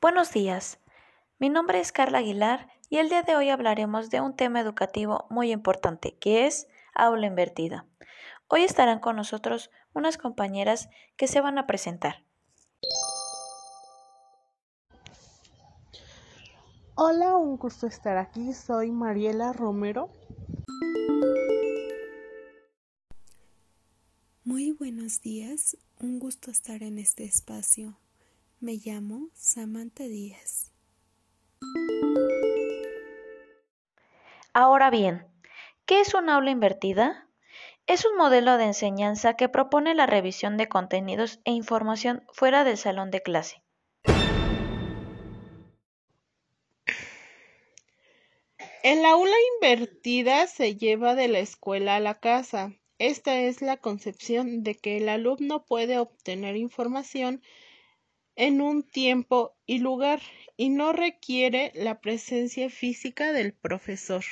Buenos días, mi nombre es Carla Aguilar y el día de hoy hablaremos de un tema educativo muy importante que es aula invertida. Hoy estarán con nosotros unas compañeras que se van a presentar. Hola, un gusto estar aquí. Soy Mariela Romero. Muy buenos días, un gusto estar en este espacio. Me llamo Samantha Díaz. Ahora bien, ¿qué es un aula invertida? Es un modelo de enseñanza que propone la revisión de contenidos e información fuera del salón de clase. El aula invertida se lleva de la escuela a la casa. Esta es la concepción de que el alumno puede obtener información en un tiempo y lugar y no requiere la presencia física del profesor.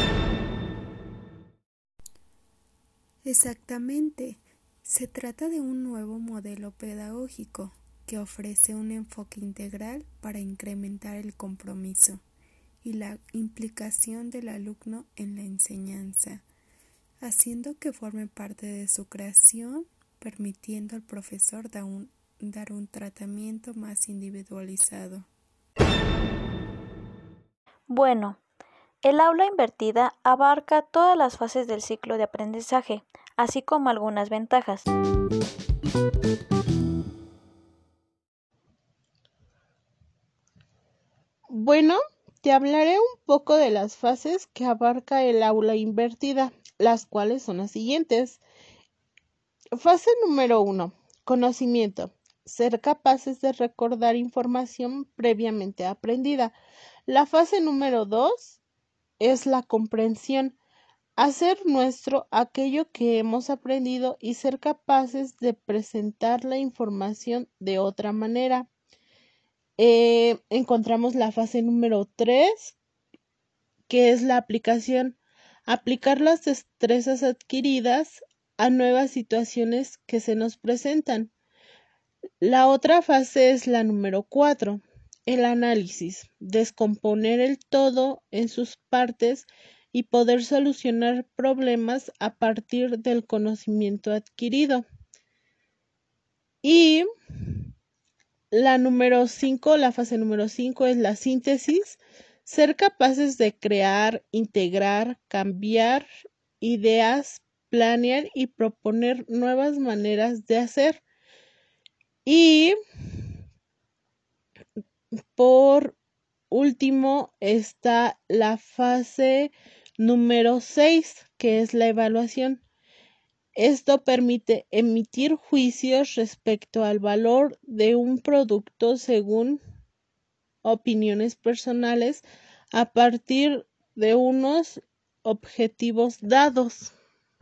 Exactamente, se trata de un nuevo modelo pedagógico que ofrece un enfoque integral para incrementar el compromiso y la implicación del alumno en la enseñanza, haciendo que forme parte de su creación, permitiendo al profesor dar un tratamiento más individualizado. Bueno, el aula invertida abarca todas las fases del ciclo de aprendizaje, así como algunas ventajas. Bueno, te hablaré un poco de las fases que abarca el aula invertida, las cuales son las siguientes. Fase número 1. Conocimiento. Ser capaces de recordar información previamente aprendida. La fase número 2 es la comprensión. Hacer nuestro aquello que hemos aprendido y ser capaces de presentar la información de otra manera. Encontramos la fase número 3, que es la aplicación. Aplicar las destrezas adquiridas a nuevas situaciones que se nos presentan. La otra fase es la número 4, el análisis, descomponer el todo en sus partes y poder solucionar problemas a partir del conocimiento adquirido. Y la fase número 5 es la síntesis, ser capaces de crear, integrar, cambiar ideas, planear y proponer nuevas maneras de hacer. Y por último está la fase número 6, que es la evaluación. Esto permite emitir juicios respecto al valor de un producto según opiniones personales a partir de unos objetivos dados.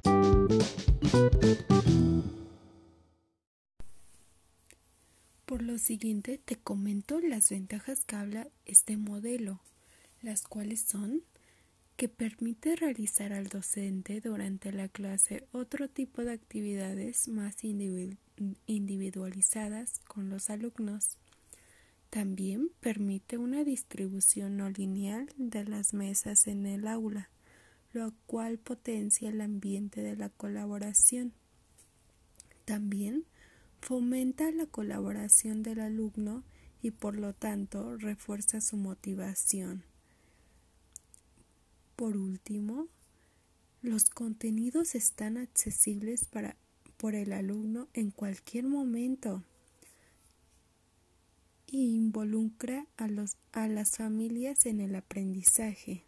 Por lo siguiente, te comento las ventajas que habla este modelo, las cuales son que permite realizar al docente durante la clase otro tipo de actividades más individualizadas con los alumnos. También permite una distribución no lineal de las mesas en el aula, lo cual potencia el ambiente de la colaboración. También fomenta la colaboración del alumno y por lo tanto refuerza su motivación. Por último, los contenidos están accesibles por el alumno en cualquier momento e involucra a las familias en el aprendizaje.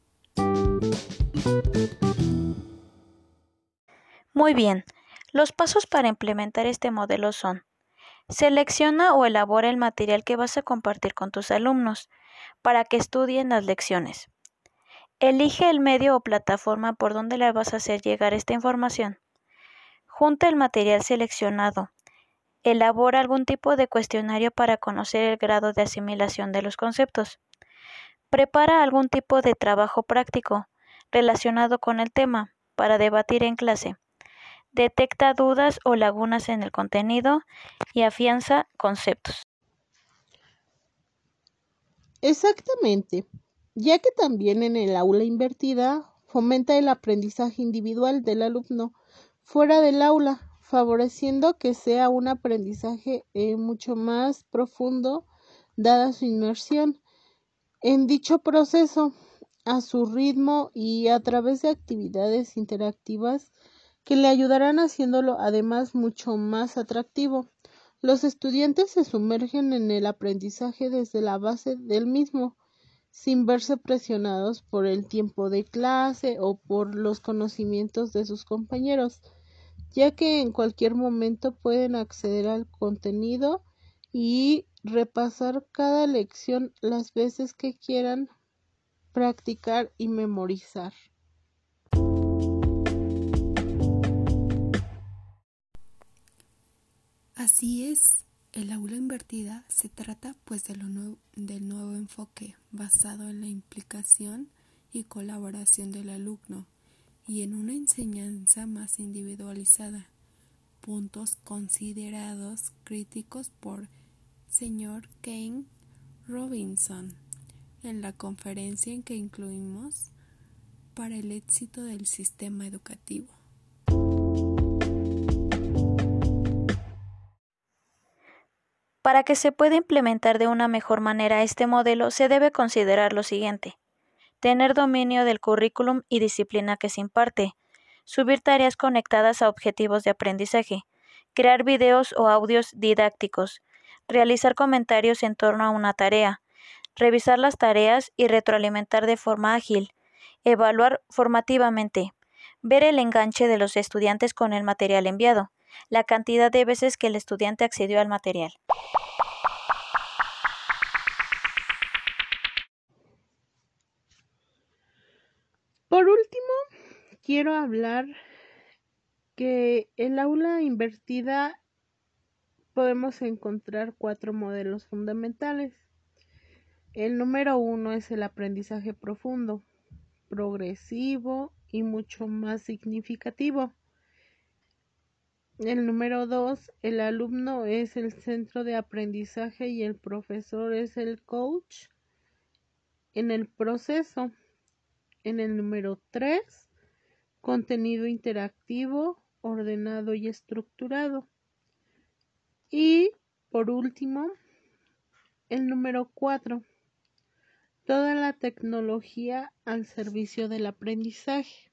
Muy bien, los pasos para implementar este modelo son: selecciona o elabora el material que vas a compartir con tus alumnos para que estudien las lecciones. Elige el medio o plataforma por donde le vas a hacer llegar esta información. Junta el material seleccionado. Elabora algún tipo de cuestionario para conocer el grado de asimilación de los conceptos. Prepara algún tipo de trabajo práctico relacionado con el tema para debatir en clase. Detecta dudas o lagunas en el contenido y afianza conceptos. Exactamente, ya que también en el aula invertida fomenta el aprendizaje individual del alumno fuera del aula, favoreciendo que sea un aprendizaje mucho más profundo dada su inmersión en dicho proceso, a su ritmo y a través de actividades interactivas que le ayudarán haciéndolo además mucho más atractivo. Los estudiantes se sumergen en el aprendizaje desde la base del mismo, sin verse presionados por el tiempo de clase o por los conocimientos de sus compañeros, ya que en cualquier momento pueden acceder al contenido y repasar cada lección las veces que quieran, practicar y memorizar. Así es, el aula invertida se trata pues del nuevo enfoque basado en la implicación y colaboración del alumno y en una enseñanza más individualizada, puntos considerados críticos por Sr. Ken Robinson en la conferencia en que incluimos para el éxito del sistema educativo. Para que se pueda implementar de una mejor manera este modelo, se debe considerar lo siguiente: tener dominio del currículum y disciplina que se imparte, subir tareas conectadas a objetivos de aprendizaje, crear videos o audios didácticos, realizar comentarios en torno a una tarea, revisar las tareas y retroalimentar de forma ágil, evaluar formativamente, ver el enganche de los estudiantes con el material enviado, la cantidad de veces que el estudiante accedió al material. Por último, quiero hablar que el aula invertida podemos encontrar 4 modelos fundamentales. El número 1 es el aprendizaje profundo, progresivo y mucho más significativo. El número 2, el alumno es el centro de aprendizaje y el profesor es el coach en el proceso. En el número 3, contenido interactivo, ordenado y estructurado. Y por último, el número 4, toda la tecnología al servicio del aprendizaje.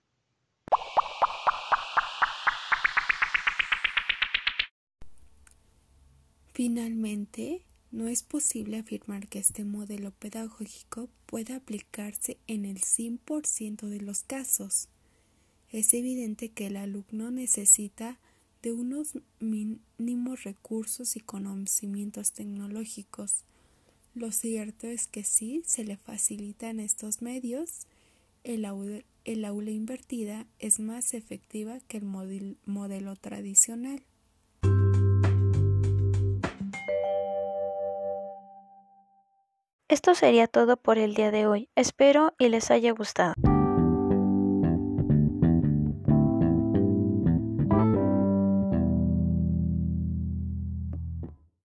Finalmente, no es posible afirmar que este modelo pedagógico pueda aplicarse en el 100% de los casos. Es evidente que el alumno necesita de unos mínimos recursos y conocimientos tecnológicos. Lo cierto es que si se le facilitan estos medios, el aula invertida es más efectiva que el modelo tradicional. Esto sería todo por el día de hoy. Espero y les haya gustado.